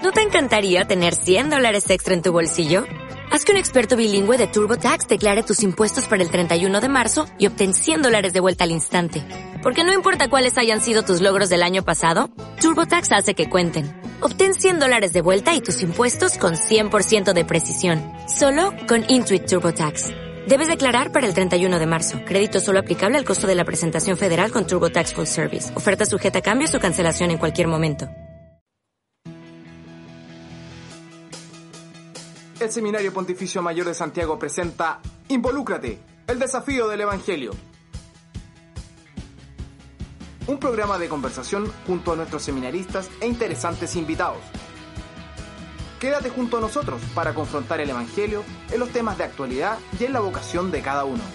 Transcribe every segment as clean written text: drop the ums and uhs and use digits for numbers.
¿No te encantaría tener $100 extra en tu bolsillo? Haz que un experto bilingüe de TurboTax declare tus impuestos para el 31 de marzo y obtén $100 de vuelta al instante. Porque no importa cuáles hayan sido tus logros del año pasado, TurboTax hace que cuenten. Obtén $100 de vuelta y tus impuestos con 100% de precisión. Solo con Intuit TurboTax. Debes declarar para el 31 de marzo. Crédito solo aplicable al costo de la presentación federal con TurboTax Full Service. Oferta sujeta a cambios o cancelación en cualquier momento. El Seminario Pontificio Mayor de Santiago presenta Involúcrate, el desafío del Evangelio. Un programa de conversación junto a nuestros seminaristas e interesantes invitados. Quédate junto a nosotros para confrontar el Evangelio en los temas de actualidad y en la vocación de cada uno.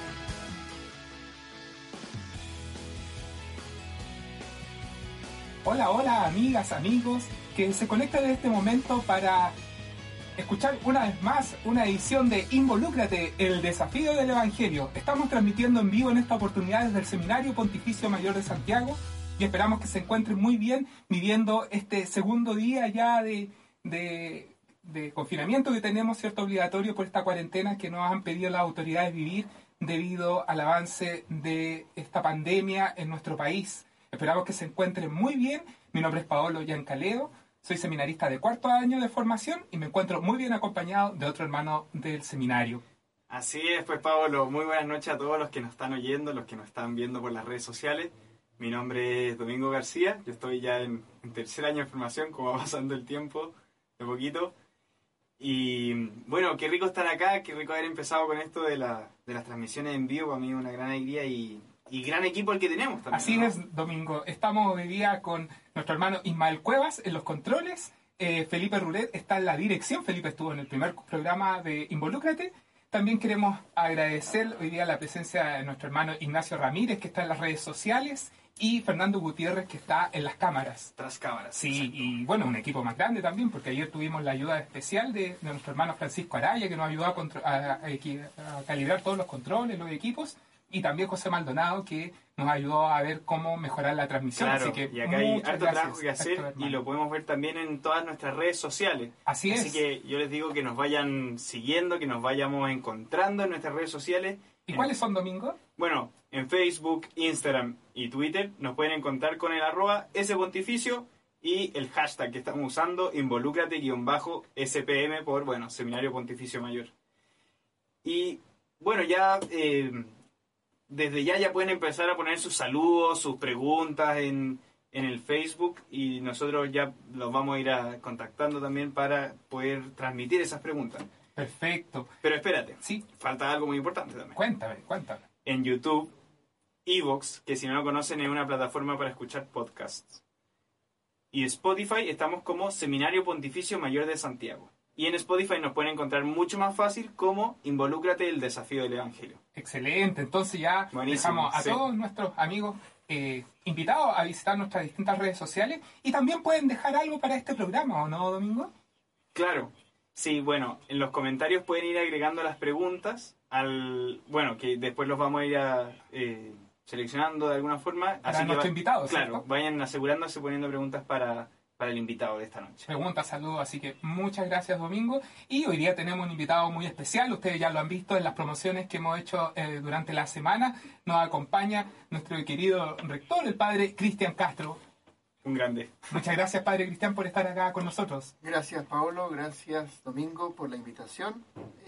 Hola, hola, amigas, amigos, que se conectan en este momento para escuchar una vez más una edición de Involúcrate, el desafío del Evangelio. Estamos transmitiendo en vivo en esta oportunidad desde el Seminario Pontificio Mayor de Santiago y esperamos que se encuentren muy bien viviendo este segundo día ya de confinamiento que tenemos, cierto, obligatorio por esta cuarentena que nos han pedido las autoridades vivir debido al avance de esta pandemia en nuestro país. Esperamos que se encuentren muy bien. Mi nombre es Paolo Giancaledo. Soy seminarista de cuarto año de formación y me encuentro muy bien acompañado de otro hermano del seminario. Así es, pues Pablo, muy buenas noches a todos los que nos están oyendo, los que nos están viendo por las redes sociales. Mi nombre es Domingo García, yo estoy ya en tercer año de formación, como va pasando el tiempo, de poquito. Y bueno, qué rico estar acá, qué rico haber empezado con esto de las transmisiones en vivo, para mí es una gran alegría y gran equipo el que tenemos también. Así, ¿no? Es, Domingo. Estamos hoy día con nuestro hermano Ismael Cuevas en los controles. Felipe Rulet está en la dirección. Felipe estuvo en el primer programa de Involúcrate. También queremos agradecer hoy día la presencia de nuestro hermano Ignacio Ramírez, que está en las redes sociales, y Fernando Gutiérrez, que está en las cámaras. Tras cámaras. Sí, exacto. Y bueno, un equipo más grande también, porque ayer tuvimos la ayuda especial de nuestro hermano Francisco Araya, que nos ayudó a calibrar todos los controles, los equipos. Y también José Maldonado, que nos ayudó a ver cómo mejorar la transmisión. Claro, así que y acá hay harto trabajo que gracias, hacer y lo podemos ver también en todas nuestras redes sociales. Así es. Así que yo les digo que nos vayan siguiendo, que nos vayamos encontrando en nuestras redes sociales. ¿Y cuáles son, Domingo? Bueno, en Facebook, Instagram y Twitter nos pueden encontrar con el @SPontificio y el hashtag que estamos usando, involúcrate_SPM por, bueno, Seminario Pontificio Mayor. Y bueno, ya... desde ya pueden empezar a poner sus saludos, sus preguntas en el Facebook y nosotros ya los vamos a ir contactando también para poder transmitir esas preguntas. Perfecto. Pero espérate, sí, falta algo muy importante también. Cuéntame. En YouTube, Evox, que si no lo conocen es una plataforma para escuchar podcasts. Y Spotify estamos como Seminario Pontificio Mayor de Santiago. Y en Spotify nos pueden encontrar mucho más fácil como Involúcrate, el desafío del Evangelio. Excelente, entonces ya buenísimo, dejamos a todos nuestros amigos invitados a visitar nuestras distintas redes sociales y también pueden dejar algo para este programa, ¿o no, Domingo? Claro, sí, bueno, en los comentarios pueden ir agregando las preguntas, que después los vamos a ir seleccionando de alguna forma. Para nuestro invitado, claro, ¿cierto? vayan asegurándose poniendo preguntas para el invitado de esta noche. Preguntas, saludos, así que muchas gracias, Domingo. Y hoy día tenemos un invitado muy especial, ustedes ya lo han visto en las promociones que hemos hecho durante la semana. Nos acompaña nuestro querido rector, el padre Cristian Castro. Un grande. Muchas gracias, padre Cristian, por estar acá con nosotros. Gracias, Paolo, gracias, Domingo, por la invitación.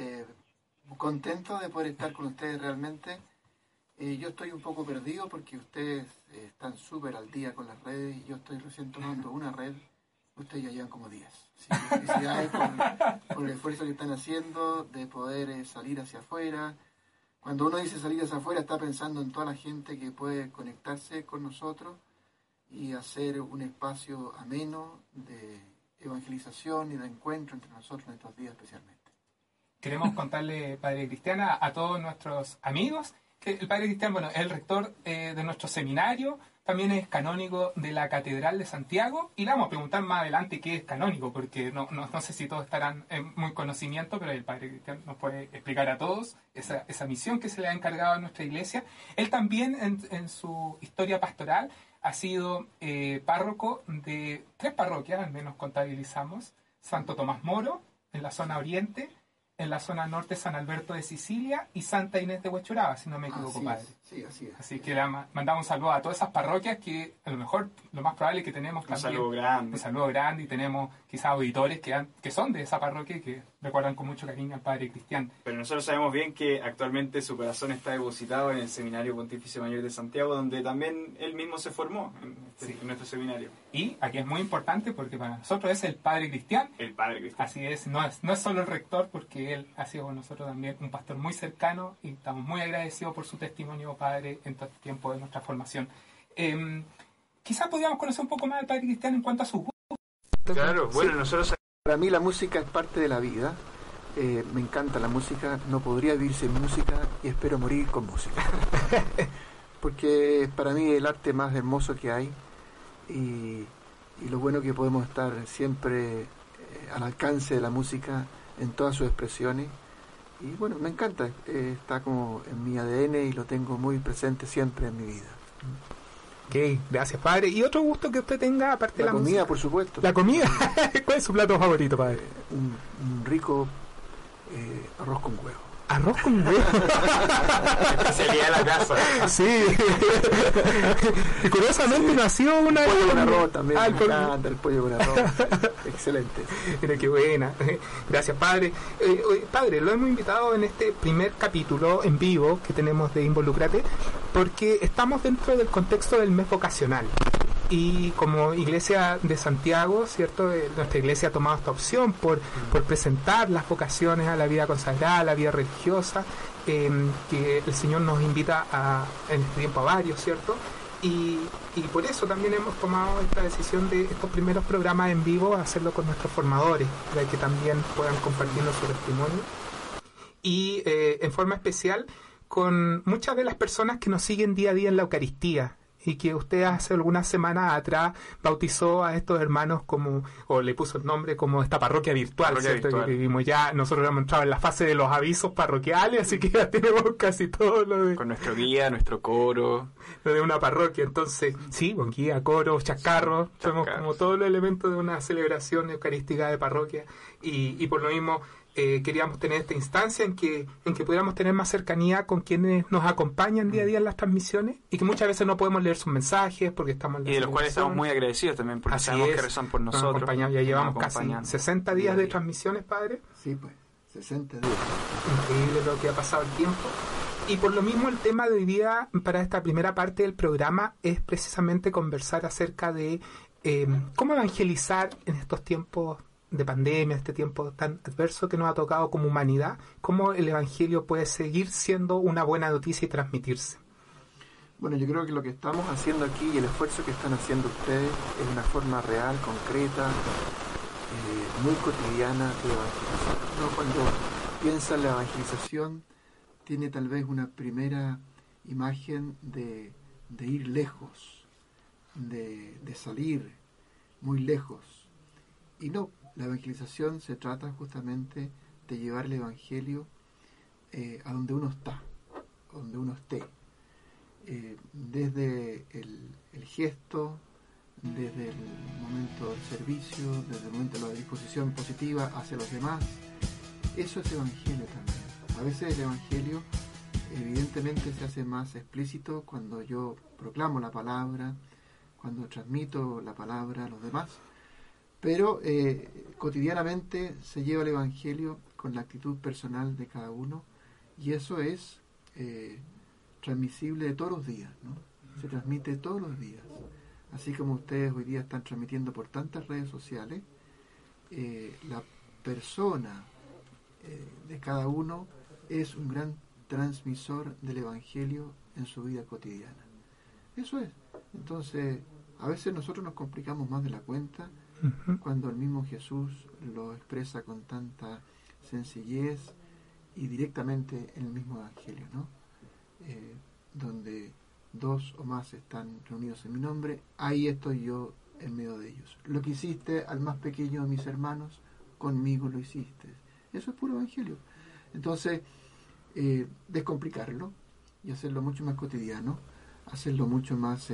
Contento de poder estar con ustedes realmente. Yo estoy un poco perdido porque ustedes están súper al día con las redes y yo estoy recién tomando una red. Ustedes ya llevan como 10. Así que felicidades por el esfuerzo que están haciendo de poder salir hacia afuera. Cuando uno dice salir hacia afuera está pensando en toda la gente que puede conectarse con nosotros y hacer un espacio ameno de evangelización y de encuentro entre nosotros en estos días especialmente. Queremos contarle, padre Cristian, a todos nuestros amigos que el padre Cristian, bueno, es el rector de nuestro seminario, también es canónigo de la Catedral de Santiago, y le vamos a preguntar más adelante qué es canónigo, porque no sé si todos estarán en muy conocimiento, pero el padre Cristian nos puede explicar a todos esa misión que se le ha encargado a nuestra iglesia. Él también, en su historia pastoral, ha sido párroco de 3 parroquias, al menos contabilizamos: Santo Tomás Moro, en la zona oriente; en la zona norte, San Alberto de Sicilia; y Santa Inés de Huechuraba, si no me equivoco, padre. Sí, así es. Así que le mandamos un saludo a todas esas parroquias, que a lo mejor lo más probable es que tenemos también un saludo grande, y tenemos quizás auditores que son de esa parroquia y que recuerdan con mucho cariño al padre Cristian. Pero nosotros sabemos bien que actualmente su corazón está depositado en el Seminario Pontificio Mayor de Santiago, donde también él mismo se formó en nuestro seminario. Y aquí es muy importante porque para nosotros es el padre Cristian. El padre Cristian. Así es, no es solo el rector, porque él ha sido con nosotros también un pastor muy cercano, y estamos muy agradecidos por su testimonio, padre, en todo el tiempo de nuestra formación. Quizás podríamos conocer un poco más al padre Cristian en cuanto a sus gustos. Claro, bueno, nosotros... Para mí la música es parte de la vida. Me encanta la música, no podría vivir sin música, y espero morir con música. Porque para mí es el arte más hermoso que hay, y lo bueno que podemos estar siempre al alcance de la música en todas sus expresiones. Y bueno, me encanta, está como en mi ADN y lo tengo muy presente siempre en mi vida. Ok, gracias, padre. ¿Y otro gusto que usted tenga aparte de la comida, música? Por supuesto. ¿La comida? ¿Cuál es su plato favorito, padre? Un rico arroz con huevo. ¿Arroz con huevo? Especialidad de la casa. Sí. Y curiosamente nació una... Pollo con arroz también, me encanta el pollo con arroz. Excelente. Mira qué buena. Gracias, padre. Padre, lo hemos invitado en este primer capítulo en vivo que tenemos de Involúcrate, porque estamos dentro del contexto del mes vocacional. Y como Iglesia de Santiago, ¿cierto? Nuestra iglesia ha tomado esta opción por presentar las vocaciones a la vida consagrada, a la vida religiosa, que el Señor nos invita en este tiempo a varios, ¿cierto? Y por eso también hemos tomado esta decisión de estos primeros programas en vivo, hacerlo con nuestros formadores, para que también puedan compartirnos su testimonio. Y en forma especial con muchas de las personas que nos siguen día a día en la Eucaristía, y que usted hace algunas semanas atrás bautizó a estos hermanos o le puso el nombre como esta parroquia virtual, ¿cierto? Que vivimos ya. Nosotros hemos entrado en la fase de los avisos parroquiales, así que ya tenemos casi todo lo de... Con nuestro guía, nuestro coro. Lo de una parroquia, entonces, sí, con guía, coro, chascarros, somos como todos los elementos de una celebración eucarística de parroquia, y por lo mismo... queríamos tener esta instancia en que pudiéramos tener más cercanía con quienes nos acompañan día a día en las transmisiones, y que muchas veces no podemos leer sus mensajes porque estamos en la y de los cuales estamos muy agradecidos también, porque sabemos que rezan por nosotros. Ya llevamos casi 60 días de transmisiones, padre. Sí, pues, 60 días. Increíble lo que ha pasado el tiempo. Y por lo mismo el tema de hoy día para esta primera parte del programa es precisamente conversar acerca de cómo evangelizar en estos tiempos de pandemia, este tiempo tan adverso que nos ha tocado como humanidad, cómo el Evangelio puede seguir siendo una buena noticia y transmitirse. Bueno, yo creo que lo que estamos haciendo aquí y el esfuerzo que están haciendo ustedes es una forma real, concreta, muy cotidiana de evangelización. Uno cuando piensa en la evangelización tiene tal vez una primera imagen de ir lejos, de salir muy lejos. Y no, la evangelización se trata justamente de llevar el evangelio a donde uno está, donde uno esté. Desde el gesto, desde el momento del servicio, desde el momento de la disposición positiva hacia los demás. Eso es evangelio también. A veces el evangelio evidentemente se hace más explícito cuando yo proclamo la palabra, cuando transmito la palabra a los demás, pero cotidianamente se lleva el evangelio con la actitud personal de cada uno, y eso es transmisible de todos los días, ¿no? Se transmite todos los días. Así como ustedes hoy día están transmitiendo por tantas redes sociales, la persona de cada uno es un gran transmisor del evangelio en su vida cotidiana. Eso es. Entonces, a veces nosotros nos complicamos más de la cuenta cuando el mismo Jesús lo expresa con tanta sencillez y directamente en el mismo evangelio, ¿no? Donde 2 o más están reunidos en mi nombre, ahí estoy yo en medio de ellos. Lo que hiciste al más pequeño de mis hermanos, conmigo lo hiciste. Eso es puro evangelio. Entonces, descomplicarlo y hacerlo mucho más cotidiano, hacerlo mucho más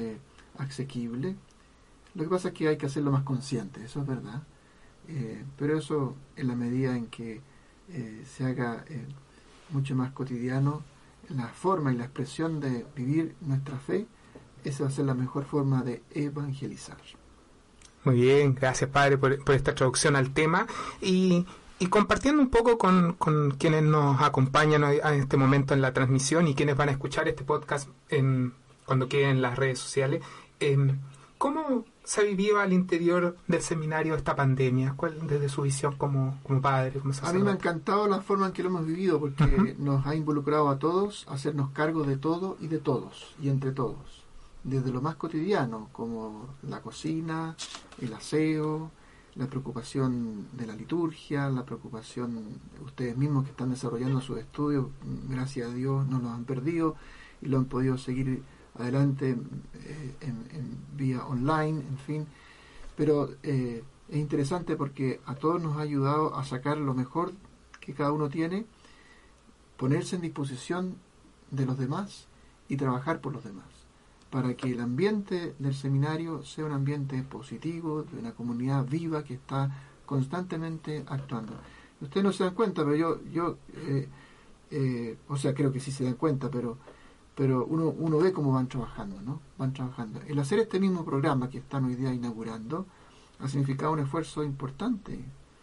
asequible. Lo que pasa es que hay que hacerlo más consciente, eso es verdad. Pero eso, en la medida en que se haga mucho más cotidiano, la forma y la expresión de vivir nuestra fe, esa va a ser la mejor forma de evangelizar. Muy bien, gracias Padre por esta introducción al tema y compartiendo un poco con quienes nos acompañan en este momento en la transmisión y quienes van a escuchar este podcast cuando quede en las redes sociales, ¿cómo se vivió al interior del seminario esta pandemia? ¿Cuál, desde su visión como padre, como sacerdote? A mí me ha encantado la forma en que lo hemos vivido, porque nos ha involucrado a todos a hacernos cargo de todo y de todos, y entre todos. Desde lo más cotidiano, como la cocina, el aseo, la preocupación de la liturgia, la preocupación de ustedes mismos que están desarrollando sus estudios, gracias a Dios no los han perdido y lo han podido seguir adelante en vía online, en fin. Pero es interesante porque a todos nos ha ayudado a sacar lo mejor que cada uno tiene, ponerse en disposición de los demás y trabajar por los demás, para que el ambiente del seminario sea un ambiente positivo, de una comunidad viva que está constantemente actuando. Ustedes no se dan cuenta, pero yo o sea, creo que sí se dan cuenta, pero uno ve cómo van trabajando, ¿no? Van trabajando. El hacer este mismo programa que están hoy día inaugurando ha significado un esfuerzo importante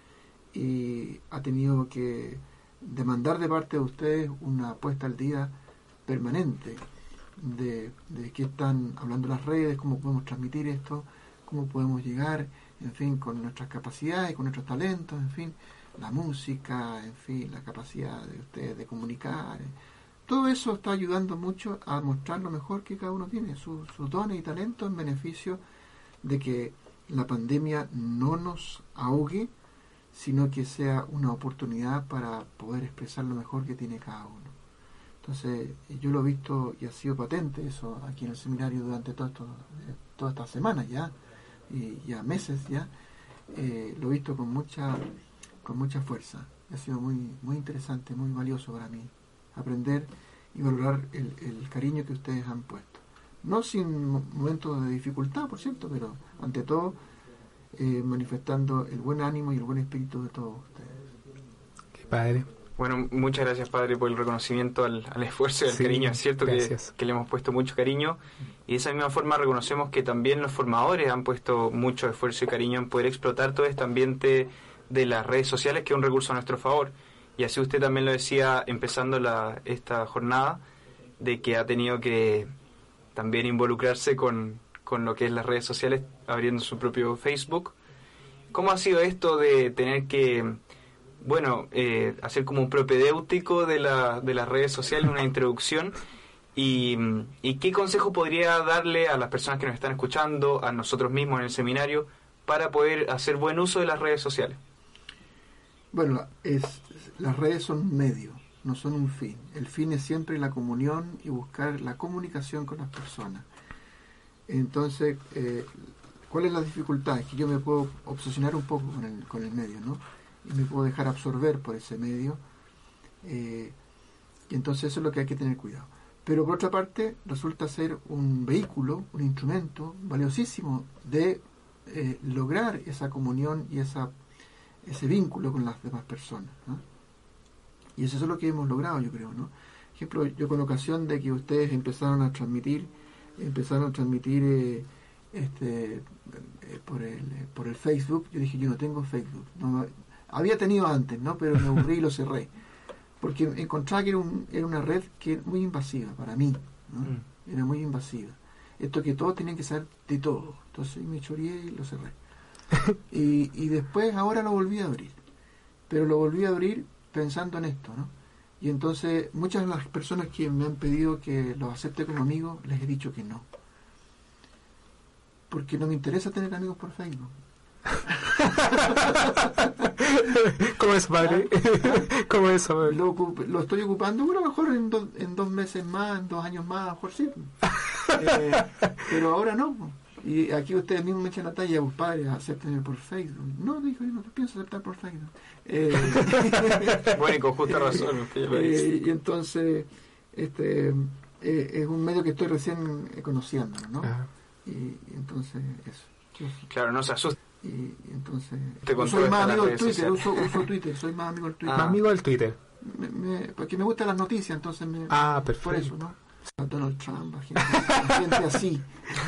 y ha tenido que demandar de parte de ustedes una puesta al día permanente de qué están hablando las redes, cómo podemos transmitir esto, cómo podemos llegar, en fin, con nuestras capacidades, con nuestros talentos, en fin, la música, en fin, la capacidad de ustedes de comunicar. Todo eso está ayudando mucho a mostrar lo mejor que cada uno tiene, sus dones y talentos, en beneficio de que la pandemia no nos ahogue, sino que sea una oportunidad para poder expresar lo mejor que tiene cada uno. Entonces, yo lo he visto y ha sido patente eso aquí en el seminario durante todas estas semanas ya, y ya meses ya, lo he visto con mucha fuerza. Ha sido muy, muy interesante, muy valioso para mí aprender y valorar el cariño que ustedes han puesto. No sin momentos de dificultad, por cierto, pero ante todo manifestando el buen ánimo y el buen espíritu de todos ustedes. Qué padre. Bueno, muchas gracias Padre por el reconocimiento al esfuerzo y al cariño. Es cierto que le hemos puesto mucho cariño y de esa misma forma reconocemos que también los formadores han puesto mucho esfuerzo y cariño en poder explotar todo este ambiente de las redes sociales, que es un recurso a nuestro favor. Y así usted también lo decía empezando esta jornada, de que ha tenido que también involucrarse con lo que es las redes sociales, abriendo su propio Facebook. ¿Cómo ha sido esto de tener que, hacer como un propedéutico de las redes sociales, una introducción? ¿Y qué consejo podría darle a las personas que nos están escuchando, a nosotros mismos en el seminario, para poder hacer buen uso de las redes sociales? Bueno, las redes son un medio, no son un fin. El fin es siempre la comunión y buscar la comunicación con las personas. Entonces, ¿cuál es la dificultad? Es que yo me puedo obsesionar un poco con el medio, ¿no? Y me puedo dejar absorber por ese medio. Y entonces eso es lo que hay que tener cuidado. Pero por otra parte, resulta ser un vehículo, un instrumento valiosísimo de lograr esa comunión y ese vínculo con las demás personas, ¿no? Y eso es lo que hemos logrado, yo creo, ¿no? Por ejemplo, yo con ocasión de que ustedes empezaron a transmitir por el Facebook, yo dije, yo no tengo Facebook. No, había tenido antes, ¿no? Pero me aburrí y lo cerré. Porque encontraba que era una red que era muy invasiva para mí, ¿no? Era muy invasiva. Esto que todos tenían que saber de todo. Entonces me choreé y lo cerré. Y después ahora lo volví a abrir. Pero lo volví a abrir pensando en esto, ¿no? Y entonces muchas de las personas que me han pedido que los acepte como amigos, les he dicho que no. Porque no me interesa tener amigos por Facebook. ¿Cómo es, Padre? ¿Cómo es, padre? Lo estoy ocupando, bueno, a lo mejor en 2 meses más, en 2 años más, a lo mejor sí. Pero ahora no. Y aquí ustedes mismos me echan la talla, pues padres, acepten por Facebook. No, dijo, yo no pienso aceptar por Facebook. Bueno, y con justa razón. Y entonces, es un medio que estoy recién conociendo, ¿no? Y entonces eso. Claro, no se asuste. Y entonces Yo soy más amigo del Twitter, uso Twitter, soy más amigo del Twitter. Más amigo del Twitter. Porque me gustan las noticias, entonces perfecto. por eso, ¿no? A Donald Trump, a gente así.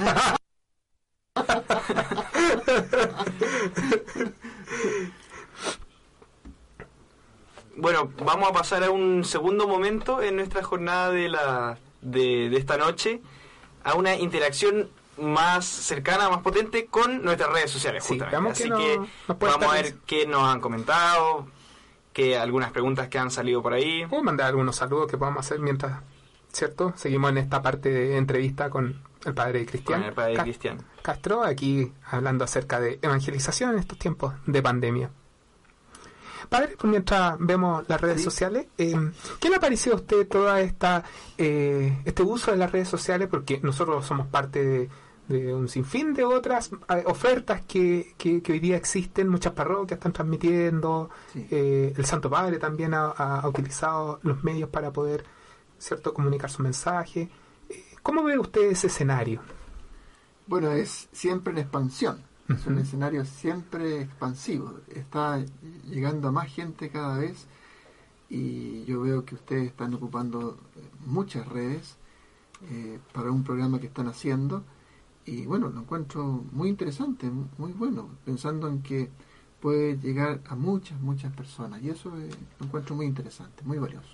Bueno, vamos a pasar a un segundo momento en nuestra jornada de esta noche, a una interacción más cercana, más potente con nuestras redes sociales, justamente. Así que vamos a ver qué nos han comentado, algunas preguntas que han salido por ahí. Puedo mandar algunos saludos que podamos hacer mientras, ¿cierto? Seguimos en esta parte de entrevista con el padre Cristian. Con el padre Cristian Castro, aquí hablando acerca de evangelización en estos tiempos de pandemia. Padre, pues mientras vemos las redes sociales, ¿qué le ha parecido a usted toda este uso de las redes sociales? Porque nosotros somos parte de un sinfín de otras ofertas que hoy día existen, muchas parroquias están transmitiendo, Sí. El Santo Padre también ha utilizado los medios para poder, ¿cierto?, comunicar su mensaje. ¿Cómo ve usted ese escenario? Bueno, es siempre en expansión. Es un escenario siempre expansivo. Está llegando a más gente cada vez y yo veo que ustedes están ocupando muchas redes para un programa que están haciendo y bueno, lo encuentro muy interesante, muy bueno, pensando en que puede llegar a muchas personas y eso lo encuentro muy interesante, muy valioso.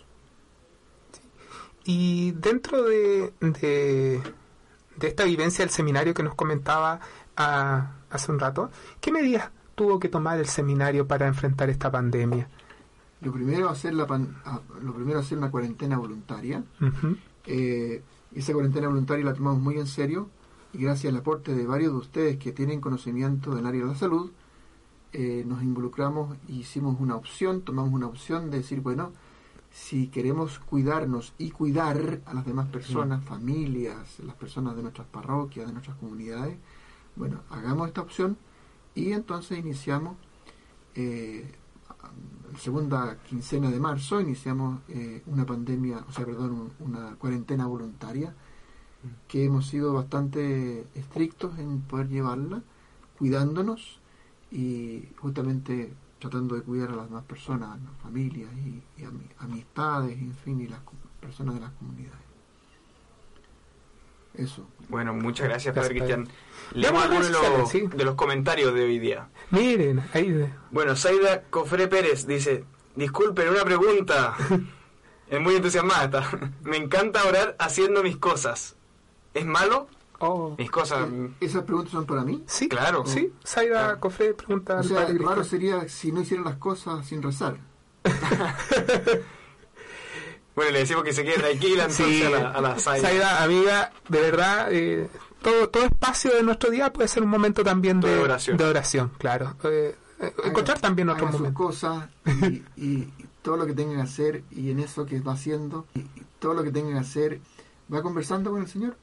Y dentro de esta vivencia del seminario que nos comentaba hace un rato, ¿qué medidas tuvo que tomar el seminario para enfrentar esta pandemia? Lo primero hacer una cuarentena voluntaria. Uh-huh. Esa cuarentena voluntaria la tomamos muy en serio y gracias al aporte de varios de ustedes que tienen conocimiento del área de la salud, nos involucramos y tomamos una opción de decir, bueno, si queremos cuidarnos y cuidar a las demás personas, familias, las personas de nuestras parroquias, de nuestras comunidades, bueno, hagamos esta opción y entonces iniciamos la segunda quincena de marzo, iniciamos una cuarentena voluntaria que hemos sido bastante estrictos en poder llevarla, cuidándonos y justamente tratando de cuidar a las demás personas, las familias y amistades, en fin, y las personas de las comunidades. Eso. Bueno, muchas gracias, Padre Cristian. Padre. Leemos algunos de los comentarios de hoy día. Miren, ahí. Bueno, Zaida Cofré Pérez dice: disculpen, una pregunta. Es muy entusiasmada. Me encanta orar haciendo mis cosas. ¿Es malo? Mis cosas. ¿Esas preguntas son para mí? Sí, claro. Sí, Zaida Cofré pregunta. O sea, raro sería si no hicieran las cosas sin rezar. Bueno, le decimos que se quede tranquila entonces a la Zaida. Zaida, amiga, de verdad, todo espacio de nuestro día puede ser un momento también de oración, claro. Encontrar también otros momentos. Cosas y todo lo que tengan que hacer y en eso que va haciendo, y todo lo que tengan que hacer, va conversando con el Señor.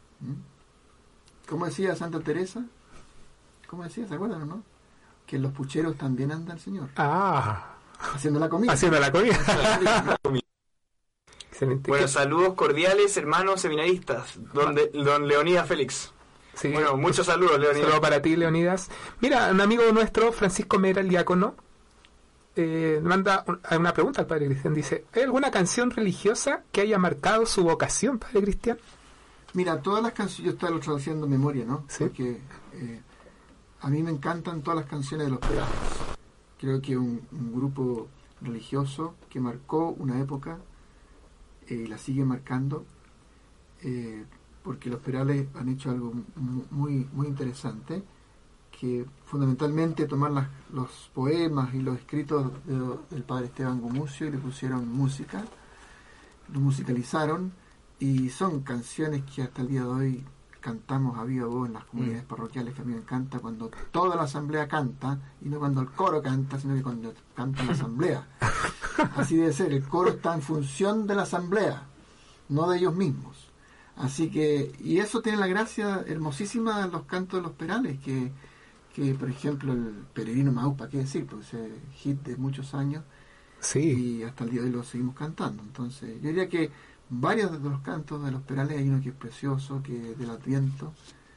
¿Cómo decía Santa Teresa? ¿Cómo decía? ¿Se acuerdan o no? Que en los pucheros también anda el Señor. Haciendo la comida. Haciendo la comida. Excelente. Bueno, saludos cordiales, hermanos seminaristas. Don Leonidas Félix. Sí. Bueno, muchos saludos, Leonidas. Saludos para ti, Leonidas. Mira, un amigo nuestro, Francisco Mera, el diácono, manda una pregunta al Padre Cristian. Dice: ¿hay alguna canción religiosa que haya marcado su vocación, Padre Cristian? Mira, todas las canciones, yo estaba traduciendo de memoria, ¿no? Sí. Porque a mí me encantan todas las canciones de los Perales. Creo que un grupo religioso que marcó una época y la sigue marcando, porque los Perales han hecho algo muy interesante, que fundamentalmente tomar los poemas y los escritos del Padre Esteban Gumucio y le pusieron música, lo musicalizaron, y son canciones que hasta el día de hoy cantamos a viva voz en las comunidades parroquiales, que a mí me encanta cuando toda la asamblea canta, y no cuando el coro canta, sino que cuando canta la asamblea. Así debe ser, el coro está en función de la asamblea, no de ellos mismos. Así que, y eso tiene la gracia hermosísima de los cantos de los Perales, que por ejemplo el Peregrino Maús, ¿para qué decir? Pues ese hit de muchos años, y hasta el día de hoy lo seguimos cantando. Entonces, yo diría que varios de los cantos de los Perales, hay uno que es precioso, que del Adviento,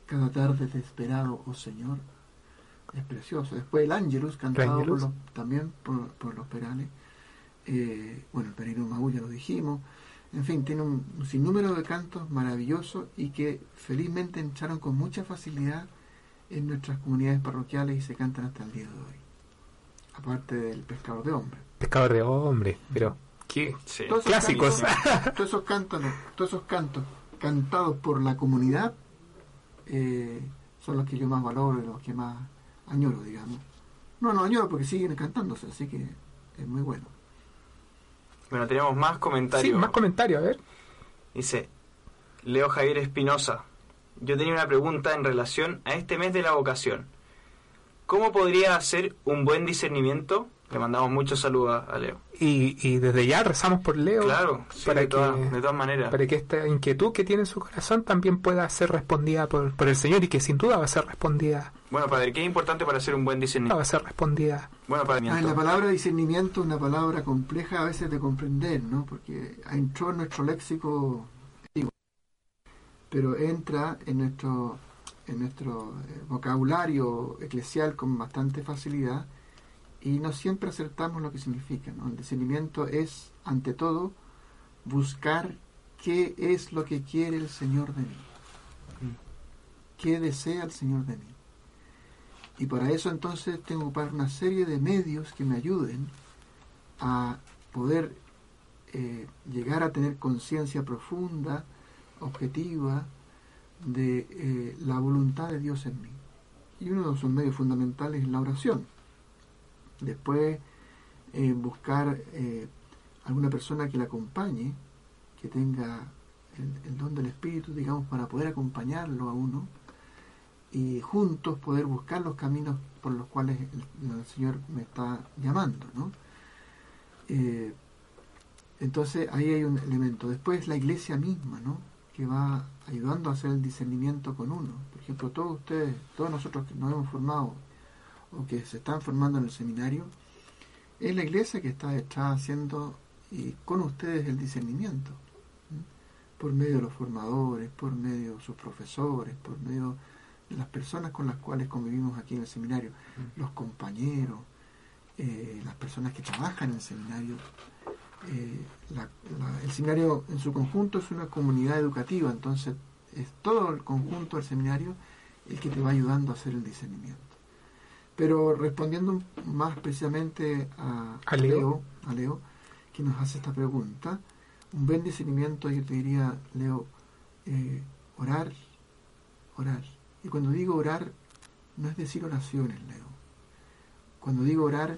Cada tarde te he esperado, oh Señor. Es precioso. Después el Ángelus, cantado también por los Perales. Bueno, el Peregrino Maús ya lo dijimos. En fin, tiene un sinnúmero de cantos maravillosos y que felizmente entraron con mucha facilidad en nuestras comunidades parroquiales y se cantan hasta el día de hoy. Aparte del Pescador de Hombres. Pescador de Hombres, pero qué clásicos. Todos esos cantos cantados por la comunidad son los que yo más valoro y los que más añoro, digamos. No añoro porque siguen cantándose, así que es muy bueno. Bueno, tenemos más comentarios. Sí, más comentarios, a ver. Dice Leo Javier Espinosa: yo tenía una pregunta en relación a este mes de la vocación. ¿Cómo podría hacer un buen discernimiento? Le mandamos muchos saludos a Leo. Y desde ya rezamos por Leo. Claro, sí, de todas maneras. Para que esta inquietud que tiene en su corazón también pueda ser respondida por el Señor, y que sin duda va a ser respondida. Bueno, padre, ¿qué es importante para hacer un buen discernimiento? Va a ser respondida. Bueno, padre. La palabra discernimiento es una palabra compleja a veces de comprender, ¿no? Porque entró en nuestro léxico, pero entra en nuestro vocabulario eclesial con bastante facilidad y no siempre acertamos lo que significa, ¿no? El discernimiento es, ante todo, buscar qué es lo que quiere el Señor de mí, qué desea el Señor de mí. Y para eso entonces tengo que ocupar una serie de medios que me ayuden a poder llegar a tener conciencia profunda, objetiva, de la voluntad de Dios en mí. Y uno de sus medios fundamentales es la oración. Después buscar alguna persona que la acompañe, que tenga el don del Espíritu, digamos, para poder acompañarlo a uno, y juntos poder buscar los caminos por los cuales el Señor me está llamando, ¿no? Entonces ahí hay un elemento. Después la iglesia misma, ¿no?, que va ayudando a hacer el discernimiento con uno. Por ejemplo, todos ustedes, todos nosotros que nos hemos formado o que se están formando en el seminario, es la iglesia que está detrás haciendo y con ustedes el discernimiento, ¿sí? Por medio de los formadores, por medio de sus profesores, por medio de las personas con las cuales convivimos aquí en el seminario, los compañeros, las personas que trabajan en el seminario. El seminario en su conjunto es una comunidad educativa, entonces es todo el conjunto del seminario el que te va ayudando a hacer el discernimiento. Pero respondiendo más precisamente a Leo, que nos hace esta pregunta, un buen discernimiento, yo te diría, Leo, orar. Y cuando digo orar, no es decir oraciones, Leo. Cuando digo orar,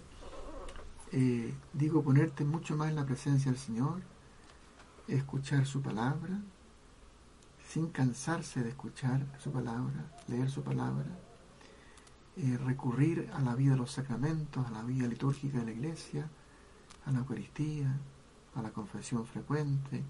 digo ponerte mucho más en la presencia del Señor, escuchar su palabra, sin cansarse de escuchar su palabra, leer su palabra, recurrir a la vida de los sacramentos, a la vida litúrgica de la iglesia, a la Eucaristía, a la confesión frecuente,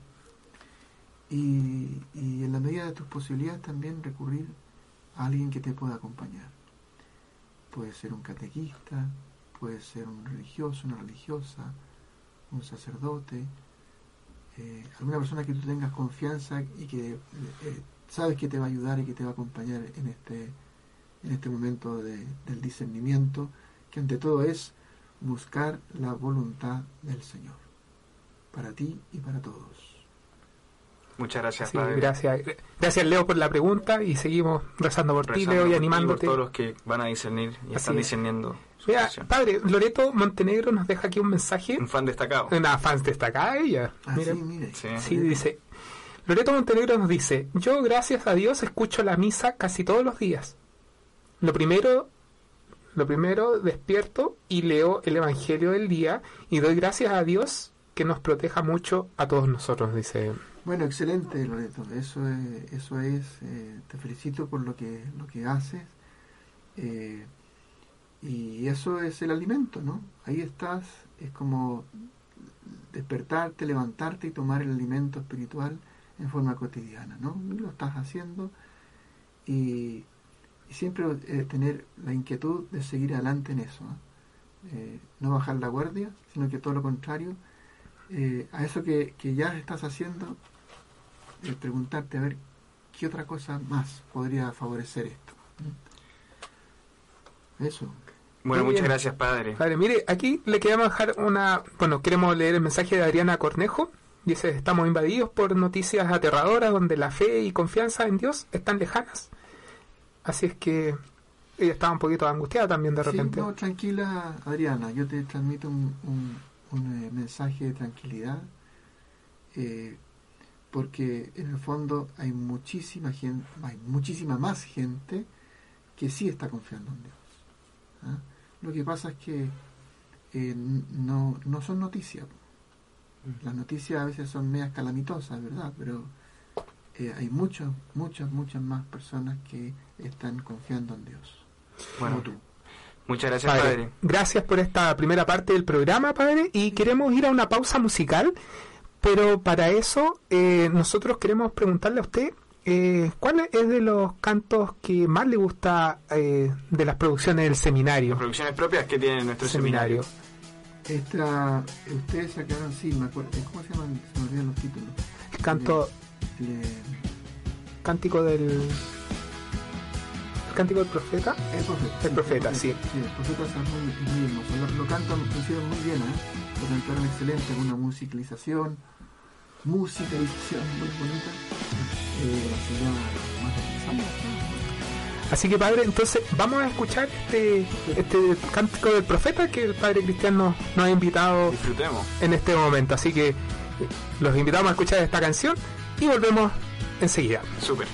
y en la medida de tus posibilidades también recurrir a alguien que te pueda acompañar. Puede ser un catequista, puede ser un religioso, una religiosa, un sacerdote, alguna persona que tú tengas confianza y que sabes que te va a ayudar y que te va a acompañar en este momento del discernimiento, que ante todo es buscar la voluntad del Señor, para ti y para todos. Muchas gracias, sí, padre. Gracias, Leo, por la pregunta, y seguimos rezando por ti, Leo, y animándote. Por todos los que van a discernir y están discerniendo. Mira, padre, Loreto Montenegro nos deja aquí un mensaje. Un fan destacado. Una fan destacada ella. Mire. Sí, dice. Loreto Montenegro nos dice: yo, gracias a Dios, escucho la misa casi todos los días. Lo primero, despierto y leo el Evangelio del día y doy gracias a Dios que nos proteja mucho a todos nosotros, dice. Bueno, excelente, Loreto. Eso es te felicito por lo que haces. Y eso es el alimento, ¿no? Ahí estás, es como despertarte, levantarte y tomar el alimento espiritual en forma cotidiana, ¿no? Lo estás haciendo y siempre tener la inquietud de seguir adelante en eso, ¿eh? No bajar la guardia, sino que todo lo contrario, a eso que ya estás haciendo, preguntarte, a ver, ¿qué otra cosa más podría favorecer esto? Eso. Bueno, Muy muchas bien. gracias, padre. Padre, mire, aquí le queremos dejar queremos leer el mensaje de Adriana Cornejo. Dice, estamos invadidos por noticias aterradoras donde la fe y confianza en Dios están lejanas. Así es que ella estaba un poquito angustiada también de repente. Sí, no, tranquila, Adriana, yo te transmito un mensaje de tranquilidad, porque en el fondo hay muchísima más gente que sí está confiando en Dios. ¿Ah? Lo que pasa es que no son noticias. Las noticias a veces son medias calamitosas, ¿verdad? Pero hay muchas más personas que están confiando en Dios. Bueno, Como tú. muchas gracias, Padre, padre. gracias por esta primera parte del programa, padre, y queremos ir a una pausa musical, pero para eso nosotros queremos preguntarle a usted ¿cuál es de los cantos que más le gusta de las producciones del seminario? Las producciones propias que tiene nuestro seminario. Ustedes sacaron, sí, me acuerdo, ¿cómo se llaman? Se me olvidan los títulos. El canto, cántico del profeta. El profeta, sí. Sí, el profeta es muy hermoso. Lo cantan, lo hicieron muy bien, lo cantaron excelente, con una musicalización muy bonita. Se llama Así que, padre, entonces vamos a escuchar este cántico del profeta que el padre Cristian nos ha invitado Disfrutemos. en este momento. Así que los invitamos a escuchar esta canción y volvemos enseguida. Súper.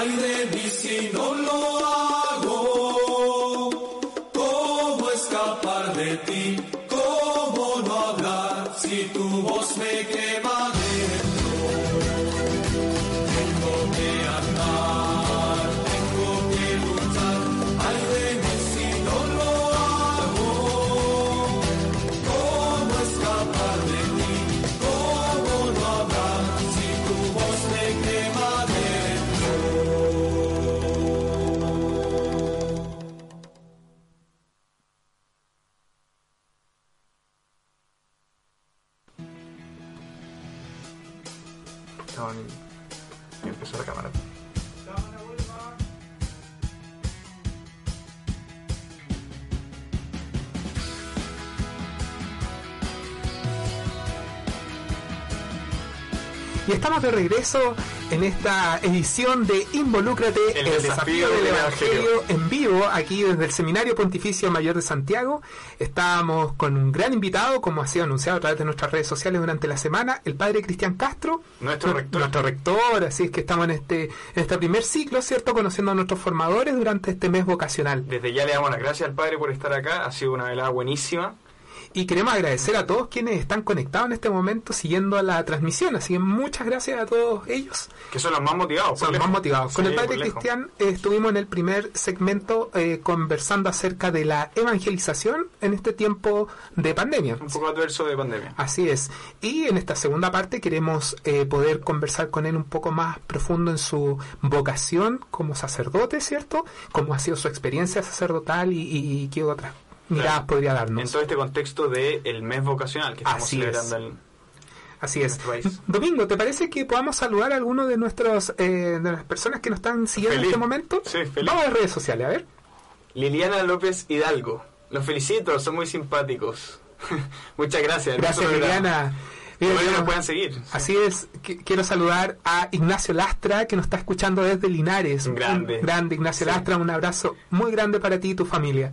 Ay de mí si no lo hago, ¿cómo escapar de ti? ¿Cómo no hablar si tu voz me quema dentro? Tengo que andar, tengo que luchar. Ay de mí si no lo hago, ¿cómo escapar de ti? ¿Cómo no hablar si tu voz me quema dentro? Y empezó la cámara. Y estamos de regreso en esta edición de Involúcrate, el desafío del Evangelio en vivo, aquí desde el Seminario Pontificio Mayor de Santiago. Estábamos con un gran invitado, como ha sido anunciado a través de nuestras redes sociales durante la semana, el padre Cristian Castro, nuestro rector. Así es que estamos en este primer ciclo, ¿cierto?, conociendo a nuestros formadores durante este mes vocacional. Desde ya le damos las gracias al padre por estar acá, ha sido una velada buenísima. Y queremos agradecer a todos quienes están conectados en este momento siguiendo la transmisión. Así que muchas gracias a todos ellos. Que son los más motivados. Son los más motivados. Sí, con el padre Cristian estuvimos en el primer segmento conversando acerca de la evangelización en este tiempo de pandemia. Un poco adverso de pandemia. Así es. Y en esta segunda parte queremos poder conversar con él un poco más profundo en su vocación como sacerdote, ¿cierto? Cómo ha sido su experiencia sacerdotal y qué otras miradas podría darnos. En todo este contexto del mes vocacional que estamos celebrando Así es. Domingo, ¿te parece que podamos saludar a alguno de de las personas que nos están siguiendo en este momento? Sí, feliz. Vamos a las redes sociales, a ver. Liliana López Hidalgo. Los felicito, son muy simpáticos. Muchas gracias. Gracias, Liliana. Bueno, nos puedan seguir. Así es, quiero saludar a Ignacio Lastra, que nos está escuchando desde Linares. Grande. Grande, Ignacio Lastra, un abrazo muy grande para ti y tu familia.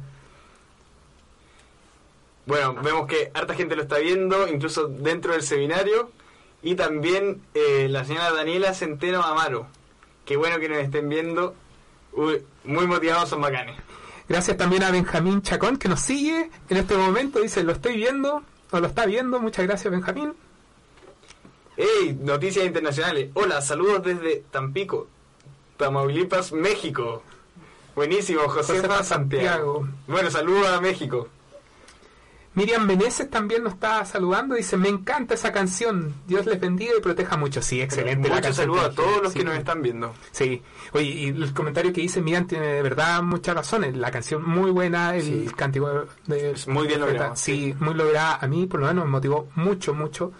Bueno, vemos que harta gente lo está viendo, incluso dentro del seminario. Y también la señora Daniela Centeno Amaro. Qué bueno que nos estén viendo. Muy motivados, son bacanes. Gracias también a Benjamín Chacón, que nos sigue en este momento. Dice, lo estoy viendo, o lo está viendo. Muchas gracias, Benjamín. ¡Hey! Noticias internacionales. Hola, saludos desde Tampico, Tamaulipas, México. Buenísimo, Josefa Santiago. Bueno, saludos a México. Miriam Meneses también nos está saludando, dice, me encanta esa canción, Dios les bendiga y proteja mucho. Sí, excelente. Muchos saludos a todos los que nos están viendo. Sí, oye, y el comentario que dice Miriam tiene de verdad mucha razón, la canción muy buena, el cántico de es muy bien logrado. Sí, muy lograda, a mí por lo menos me motivó mucho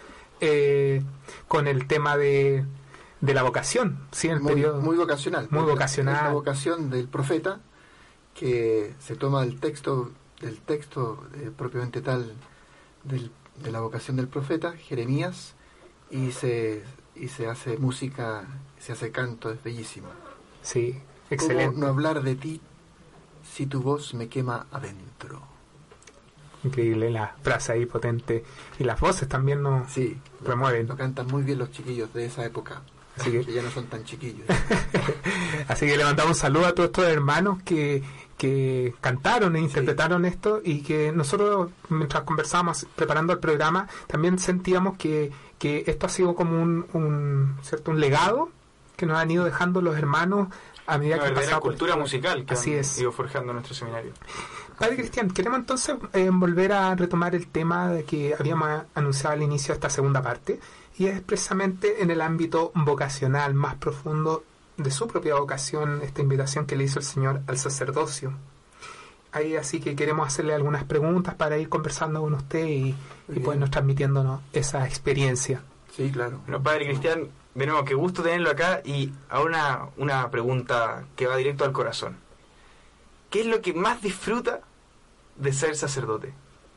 con el tema de la vocación, sí, en el periodo. Muy vocacional. Muy vocacional. La vocación del profeta, que se toma del texto propiamente tal de la vocación del profeta, Jeremías, y se hace música, se hace canto, es bellísimo. Sí, excelente. ¿Cómo no hablar de ti si tu voz me quema adentro? Increíble la frase ahí potente. Y las voces también nos remueven. Lo cantan muy bien los chiquillos de esa época. Así que ya no son tan chiquillos. Así que levantamos un saludo a todos estos hermanos que cantaron e interpretaron esto, y que nosotros, mientras conversábamos preparando el programa, también sentíamos que esto ha sido como un legado que nos han ido dejando los hermanos a medida que pasaba la cultura musical que así han ido forjando nuestro seminario. Padre Cristian, queremos entonces volver a retomar el tema de que habíamos anunciado al inicio de esta segunda parte, y es precisamente en el ámbito vocacional más profundo de su propia vocación, esta invitación que le hizo el Señor al sacerdocio. Ahí así que queremos hacerle algunas preguntas para ir conversando con usted y podernos transmitiéndonos esa experiencia. Sí, claro. Bueno, Padre Cristian, de nuevo, qué gusto tenerlo acá, y ahora una pregunta que va directo al corazón. ¿Qué es lo que más disfruta de ser sacerdote?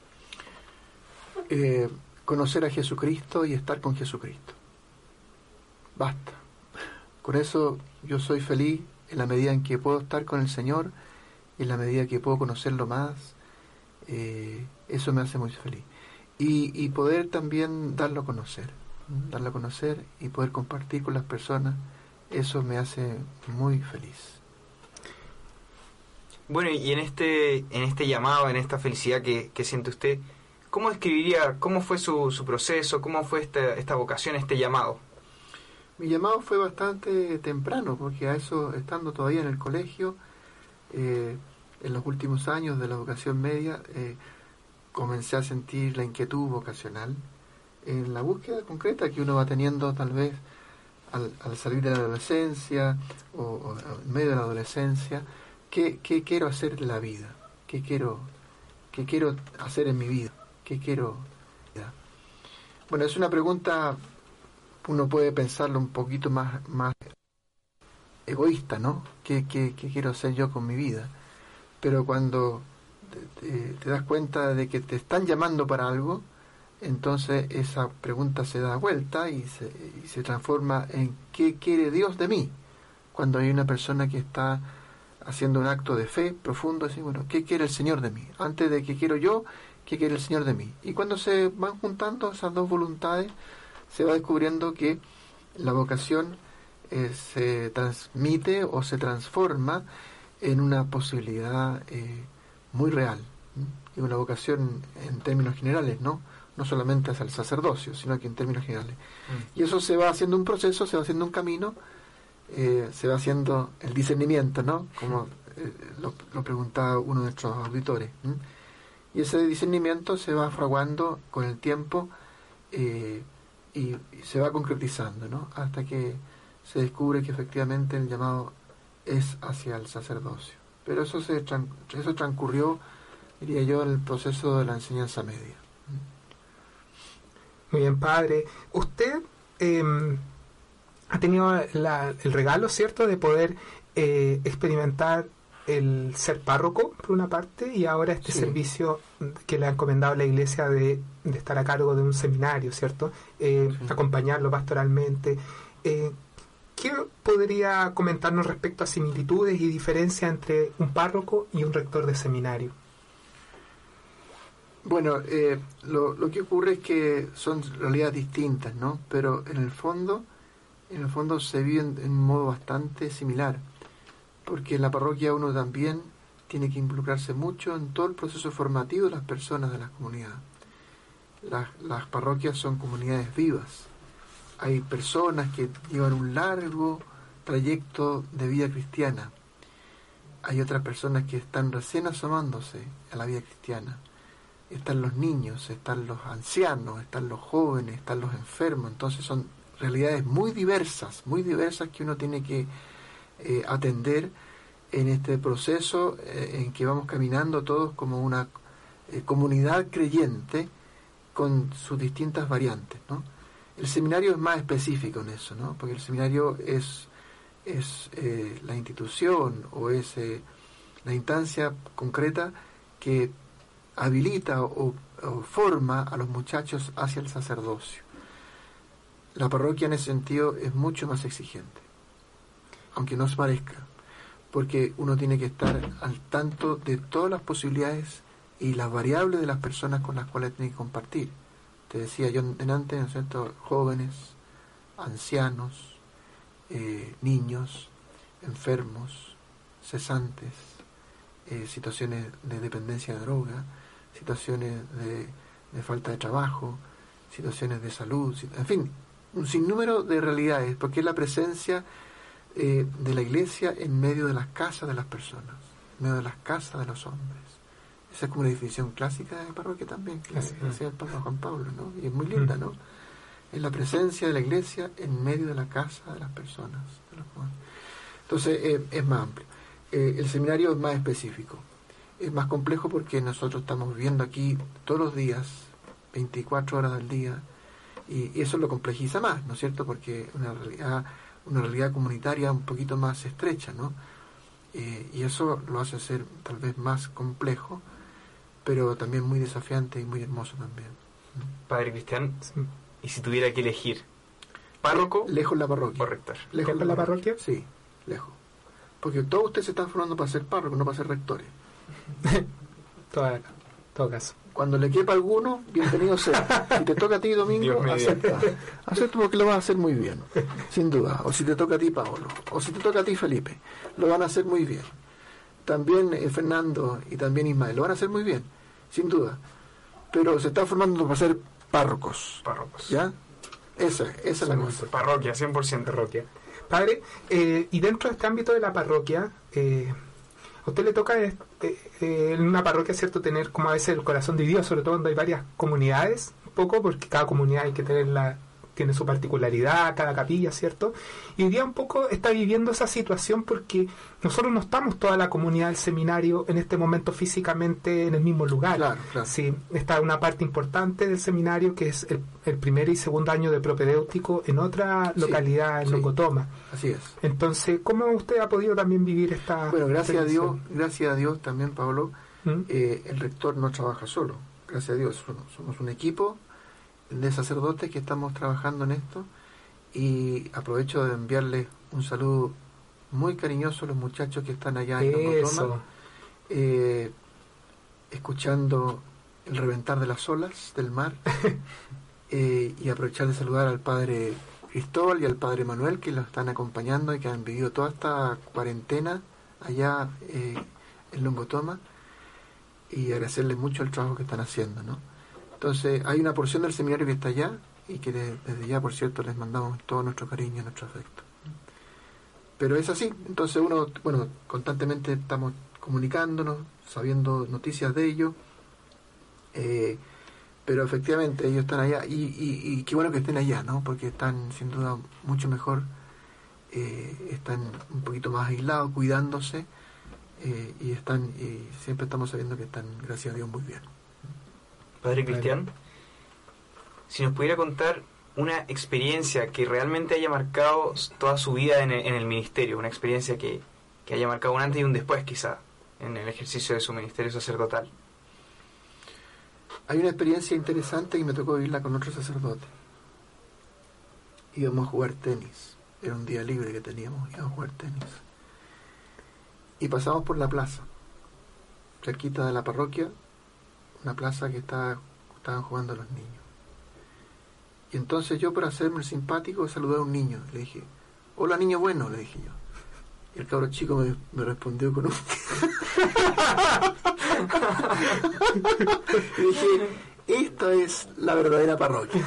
Conocer a Jesucristo y estar con Jesucristo. Basta. Con eso yo soy feliz en la medida en que puedo estar con el Señor, en la medida que puedo conocerlo más. Eso me hace muy feliz. Y poder también darlo a conocer y poder compartir con las personas eso me hace muy feliz. Bueno, y en este llamado, en esta felicidad que siente usted, ¿cómo describiría, cómo fue su proceso, cómo fue esta vocación, este llamado? Mi llamado fue bastante temprano, porque a eso, estando todavía en el colegio, en los últimos años de la vocación media, comencé a sentir la inquietud vocacional en la búsqueda concreta que uno va teniendo tal vez al salir de la adolescencia o en medio de la adolescencia. ¿Qué quiero hacer en la vida? ¿Qué quiero hacer en mi vida? ¿Qué quiero? Bueno, es una pregunta, uno puede pensarlo un poquito más egoísta, ¿no? ¿Qué quiero hacer yo con mi vida? Pero cuando te das cuenta de que te están llamando para algo, entonces esa pregunta se da vuelta y se transforma en ¿qué quiere Dios de mí? Cuando hay una persona que está haciendo un acto de fe profundo, así, bueno, ¿qué quiere el Señor de mí? Antes de qué quiero yo, ¿qué quiere el Señor de mí? Y cuando se van juntando esas dos voluntades, se va descubriendo que la vocación se transmite o se transforma en una posibilidad muy real. Y una vocación en términos generales, no solamente hacia el sacerdocio, sino que en términos generales. Y eso se va haciendo un proceso, se va haciendo un camino, se va haciendo el discernimiento, ¿no? Como lo preguntaba uno de nuestros auditores. Y ese discernimiento se va fraguando con el tiempo y se va concretizando, ¿no? Hasta que se descubre que efectivamente el llamado es hacia el sacerdocio. Pero eso transcurrió, diría yo, en el proceso de la enseñanza media. Muy bien, padre. Usted ha tenido el regalo, ¿cierto?, de poder experimentar el ser párroco, por una parte, y ahora este servicio que le ha encomendado la Iglesia de estar a cargo de un seminario, ¿cierto?, acompañarlo pastoralmente. ¿Qué podría comentarnos respecto a similitudes y diferencias entre un párroco y un rector de seminario? Bueno, lo que ocurre es que son realidades distintas, ¿no? Pero en el fondo se viven en un modo bastante similar, porque en la parroquia uno también tiene que involucrarse mucho en todo el proceso formativo de las personas de la comunidad. Las parroquias son comunidades vivas. Hay personas que llevan un largo trayecto de vida cristiana. Hay otras personas que están recién asomándose a la vida cristiana. Están los niños, están los ancianos, están los jóvenes, están los enfermos. Entonces son realidades muy diversas que uno tiene que atender en este proceso en que vamos caminando todos como una comunidad creyente con sus distintas variantes, ¿no? El seminario es más específico en eso, ¿no? Porque el seminario es la institución o es la instancia concreta que habilita o forma a los muchachos hacia el sacerdocio. La parroquia en ese sentido es mucho más exigente, aunque no os parezca, porque uno tiene que estar al tanto de todas las posibilidades y las variables de las personas con las cuales tiene que compartir. Te decía yo antes, ¿no es cierto?, jóvenes, ancianos, niños, enfermos, cesantes, situaciones de dependencia de droga, situaciones de falta de trabajo, situaciones de salud, en fin, un sinnúmero de realidades, porque es la presencia de la Iglesia en medio de las casas de las personas, en medio de las casas de los hombres. Esa es como una definición clásica de parroquia también, que decía el Papa Juan Pablo, ¿no? Y es muy linda, ¿no? Es la presencia de la Iglesia en medio de la casa de las personas. Entonces es más amplio. El seminario es más específico. Es más complejo porque nosotros estamos viviendo aquí todos los días, 24 horas al día, y eso lo complejiza más, ¿no es cierto? Porque una realidad comunitaria un poquito más estrecha, ¿no? Y eso lo hace ser tal vez más complejo, pero también muy desafiante y muy hermoso también. Padre Cristian, ¿y si tuviera que elegir? ¿Párroco? Lejos la parroquia. ¿O rector? ¿Lejos la parroquia? Sí, lejos. Porque todos ustedes se están formando para ser párrocos, no para ser rectores. Todo caso. Cuando le quepa a alguno, bienvenido sea. Si te toca a ti, Domingo, acepta. Acepta porque lo vas a hacer muy bien, sin duda. O si te toca a ti, Paolo. O si te toca a ti, Felipe. Lo van a hacer muy bien. También Fernando y también Ismael. Lo van a hacer muy bien, sin duda. Pero se están formando para ser párrocos. ¿Ya? Esa es la cosa. Parroquia, 100% parroquia. Padre, y dentro de este ámbito de la parroquia, a usted le toca en una parroquia, ¿cierto?, tener como a veces el corazón dividido, sobre todo cuando hay varias comunidades, un poco, porque cada comunidad hay que tiene su particularidad, cada capilla, ¿cierto? Y hoy día un poco está viviendo esa situación porque nosotros no estamos toda la comunidad del seminario en este momento físicamente en el mismo lugar. Claro. Sí, está una parte importante del seminario que es el primer y segundo año de propedéutico en otra localidad, en Longotoma. Así es. Entonces, ¿cómo usted ha podido también vivir esta... Bueno, gracias a Dios también, Pablo, el rector no trabaja solo. Gracias a Dios, somos un equipo de sacerdotes que estamos trabajando en esto, y aprovecho de enviarles un saludo muy cariñoso a los muchachos que están allá en Longotoma, escuchando el reventar de las olas del mar, y aprovechar de saludar al padre Cristóbal y al padre Manuel, que los están acompañando y que han vivido toda esta cuarentena allá en Longotoma, y agradecerles mucho el trabajo que están haciendo, ¿no? Entonces, hay una porción del seminario que está allá, y que desde ya, por cierto, les mandamos todo nuestro cariño y nuestro afecto. Pero es así. Entonces constantemente estamos comunicándonos, sabiendo noticias de ellos, pero efectivamente ellos están allá, y qué bueno que estén allá, ¿no? Porque están sin duda mucho mejor, están un poquito más aislados, cuidándose, y siempre estamos sabiendo que están, gracias a Dios, muy bien. Padre Cristian, si nos pudiera contar una experiencia que realmente haya marcado toda su vida en el ministerio, una experiencia que haya marcado un antes y un después, quizá, en el ejercicio de su ministerio sacerdotal. Hay una experiencia interesante que me tocó vivirla con otro sacerdote. Íbamos a jugar tenis, era un día libre que teníamos, íbamos a jugar tenis. Y pasamos por la plaza, cerquita de la parroquia, una plaza que estaban jugando los niños. Y entonces yo, para hacerme el simpático, saludé a un niño. Le dije, hola niño bueno, le dije yo. Y el cabro chico me respondió con un... Y dije, esta es la verdadera parroquia.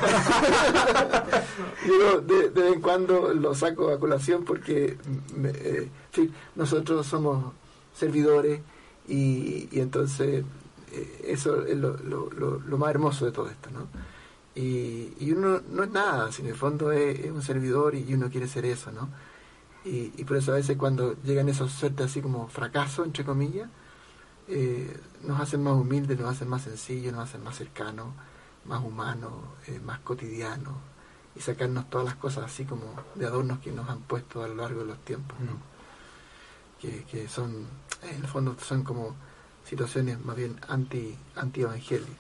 Yo de vez en cuando lo saco a colación porque nosotros somos servidores, y entonces eso es lo más hermoso de todo esto, ¿no? Y uno no es nada, si en el fondo es un servidor, y uno quiere ser eso, ¿no? Y por eso a veces cuando llegan esos suertes así como fracasos, entre comillas, nos hacen más humildes, nos hacen más sencillos, nos hacen más cercanos, más humanos, más cotidianos, y sacarnos todas las cosas así como de adornos que nos han puesto a lo largo de los tiempos, ¿no? Que son, en el fondo, son como situaciones más bien anti-evangélicas.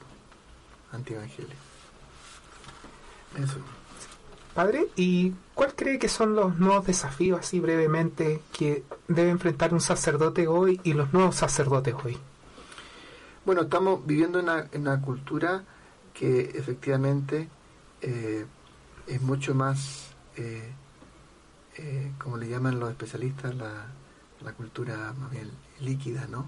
Eso. Padre, ¿y cuál cree que son los nuevos desafíos, así brevemente, que debe enfrentar un sacerdote hoy y los nuevos sacerdotes hoy? Bueno, estamos viviendo en una cultura que efectivamente es mucho más, como le llaman los especialistas, la cultura más bien líquida, ¿no?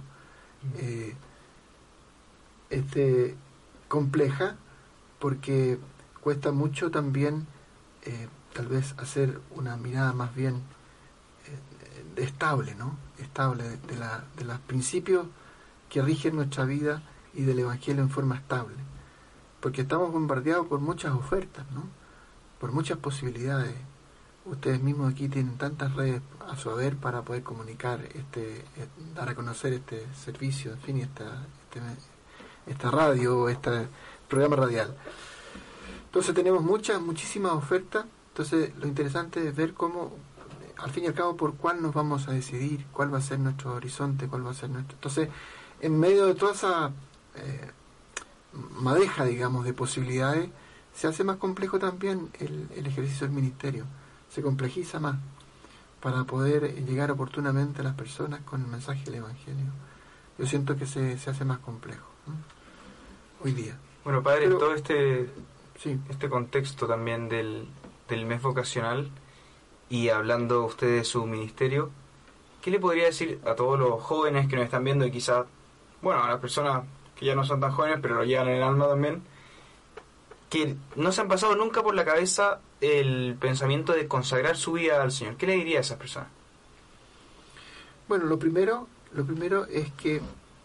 Compleja, porque cuesta mucho también tal vez hacer una mirada más bien estable, ¿no? Estable de los principios que rigen nuestra vida y del Evangelio en forma estable, porque estamos bombardeados por muchas ofertas, ¿no? Por muchas posibilidades. Ustedes mismos aquí tienen tantas redes a su haber para poder comunicar, dar a conocer este servicio, en fin, esta radio, este programa radial. Entonces tenemos muchísimas ofertas. Entonces lo interesante es ver cómo, al fin y al cabo, por cuál nos vamos a decidir, cuál va a ser nuestro horizonte, cuál va a ser nuestro... Entonces, en medio de toda esa madeja, digamos, de posibilidades, se hace más complejo también el ejercicio del ministerio. Se complejiza más para poder llegar oportunamente a las personas con el mensaje del Evangelio. Yo siento que se hace más complejo, ¿no? hoy día. Bueno, padre, Pero, todo este sí, contexto también del mes vocacional, y hablando usted de su ministerio, ¿qué le podría decir a todos los jóvenes que nos están viendo y quizás, bueno, a las personas que ya no son tan jóvenes pero lo llevan en el alma también, que no se han pasado nunca por la cabeza el pensamiento de consagrar su vida al Señor? ¿Qué le diría a esas personas? bueno, lo primero es que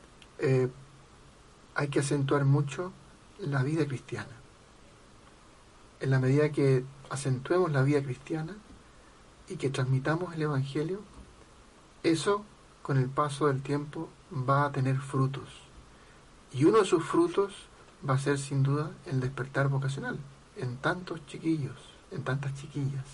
hay que acentuar mucho la vida cristiana. En la medida que acentuemos la vida cristiana y que transmitamos el Evangelio, eso con el paso del tiempo va a tener frutos. Y uno de sus frutos va a ser sin duda el despertar vocacional en tantos chiquillos, en tantas chiquillas.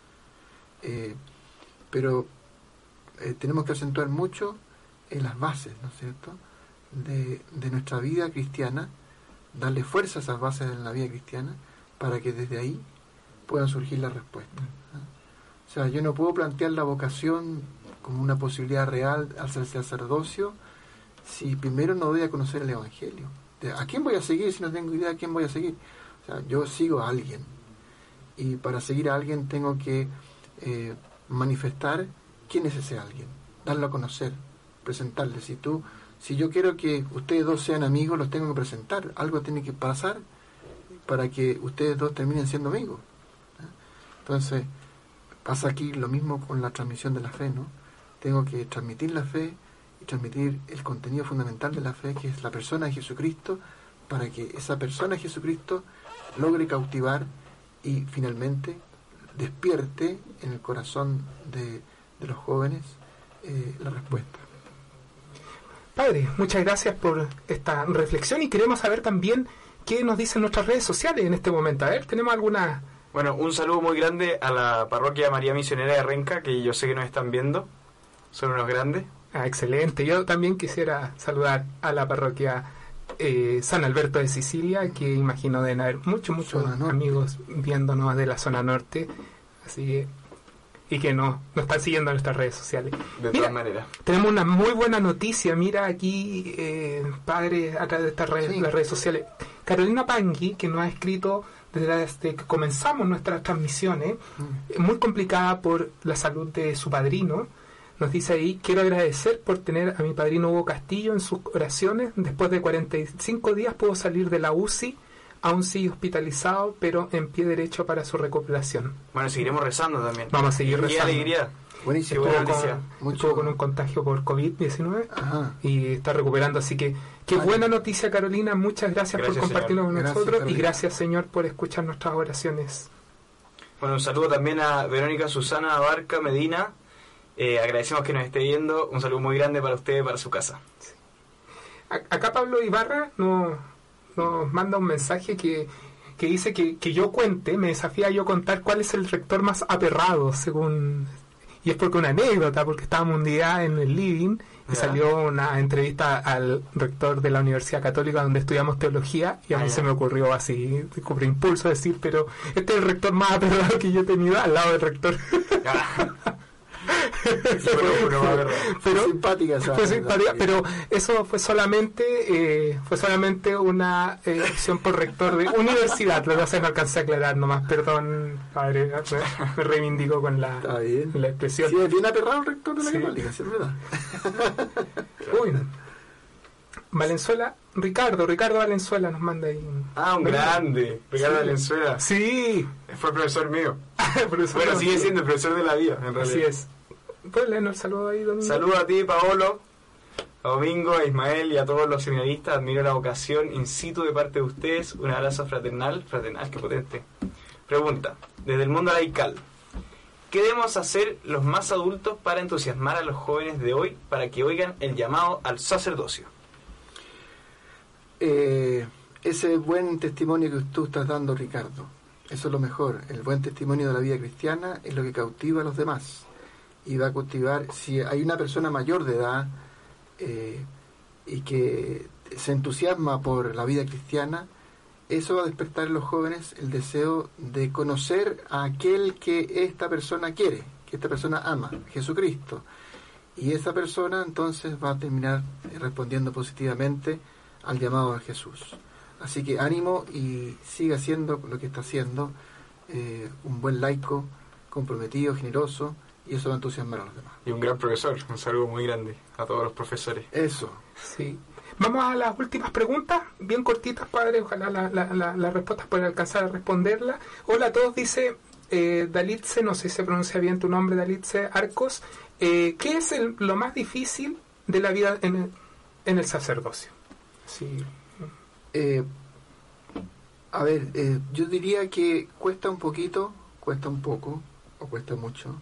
Pero tenemos que acentuar mucho en las bases, ¿no es cierto?, de nuestra vida cristiana, darle fuerza a esas bases de la vida cristiana para que desde ahí puedan surgir las respuestas. O sea, yo no puedo plantear la vocación como una posibilidad real hacia el sacerdocio si primero no doy a conocer el Evangelio. ¿A quién voy a seguir si no tengo idea a quién voy a seguir? O sea, yo sigo a alguien, y para seguir a alguien tengo que manifestar quién es ese alguien, darlo a conocer, presentarle. Si yo quiero que ustedes dos sean amigos, los tengo que presentar. Algo tiene que pasar para que ustedes dos terminen siendo amigos. Entonces, pasa aquí lo mismo con la transmisión de la fe, ¿no? Tengo que transmitir la fe y transmitir el contenido fundamental de la fe, que es la persona de Jesucristo, para que esa persona de Jesucristo logre cautivar y finalmente despierte en el corazón de los jóvenes la respuesta. Padre, muchas gracias por esta reflexión, y queremos saber también qué nos dicen nuestras redes sociales en este momento. A ver, ¿tenemos alguna? Bueno, un saludo muy grande a la parroquia María Misionera de Renca, que yo sé que nos están viendo. Son unos grandes. Excelente. Yo también quisiera saludar a la parroquia San Alberto de Sicilia, que imagino deben haber muchos amigos viéndonos de la zona norte, así que, y que nos están siguiendo en nuestras redes sociales. De todas maneras. Tenemos una muy buena noticia. Mira aquí, padre, a través de estas redes, las redes sociales. Carolina Pangui, que nos ha escrito desde que comenzamos nuestras transmisiones, muy complicada por la salud de su padrino. Nos dice ahí: quiero agradecer por tener a mi padrino Hugo Castillo en sus oraciones. Después de 45 días pudo salir de la UCI, aún sigue hospitalizado, pero en pie derecho para su recuperación. Bueno, seguiremos rezando también. Vamos a seguir rezando. ¡Qué alegría! Buenísimo. Estuvo con un contagio por COVID-19 y está recuperando, así que qué buena noticia, Carolina. Muchas gracias por compartirlo con nosotros, y gracias, Señor, por escuchar nuestras oraciones. Bueno, un saludo también a Verónica Susana Abarca Medina. Agradecemos que nos esté viendo. Un saludo muy grande para usted y para su casa. Sí. Acá Pablo Ibarra nos manda un mensaje que dice que yo cuente, me desafía yo contar cuál es el rector más aperrado, según... Y es porque una anécdota, porque estábamos un día en el living y salió una entrevista al rector de la Universidad Católica donde estudiamos teología, y a mí se me ocurrió así, por impulso, decir: pero este es el rector más aperrado que yo he tenido al lado del rector. Pero simpática, fue simpática, pero eso fue solamente una opción por rector de universidad. Lo que hace no alcancé a aclarar nomás, perdón, padre, me reivindico con la expresión. Sí, es bien aperrado el rector de la católica, sí, es verdad. Uy, Valenzuela, Ricardo Valenzuela nos manda ahí un grande, Ricardo Valenzuela. Sí, fue profesor mío. Bueno, sigue siendo el profesor de la vida, en realidad. Así es. ¿Puedes leernos el saludo ahí, Domingo? Saludo a ti, Paolo, a Domingo, a Ismael y a todos los seminaristas. Admiro la vocación in situ de parte de ustedes. Un abrazo fraternal, qué potente. Pregunta, desde el mundo laical: ¿qué debemos hacer los más adultos para entusiasmar a los jóvenes de hoy para que oigan el llamado al sacerdocio? Ese buen testimonio que tú estás dando, Ricardo, eso es lo mejor. El buen testimonio de la vida cristiana es lo que cautiva a los demás, y va a cautivar. Si hay una persona mayor de edad y que se entusiasma por la vida cristiana, eso va a despertar en los jóvenes el deseo de conocer a aquel que esta persona quiere, que esta persona ama, Jesucristo, y esa persona entonces va a terminar respondiendo positivamente al llamado de Jesús. Así que ánimo y siga haciendo lo que está haciendo, un buen laico, comprometido, generoso, y eso va a entusiasmar a los demás. Y un gran profesor, un saludo muy grande a todos los profesores. Eso. Sí. Vamos a las últimas preguntas, bien cortitas, padre, ojalá las respuestas puedan alcanzar a responderlas. Hola a todos, dice Dalitze, no sé si se pronuncia bien tu nombre, Dalitze Arcos. ¿Qué es lo más difícil de la vida en el sacerdocio? Sí. A ver, yo diría que cuesta un poquito, cuesta un poco, o cuesta mucho,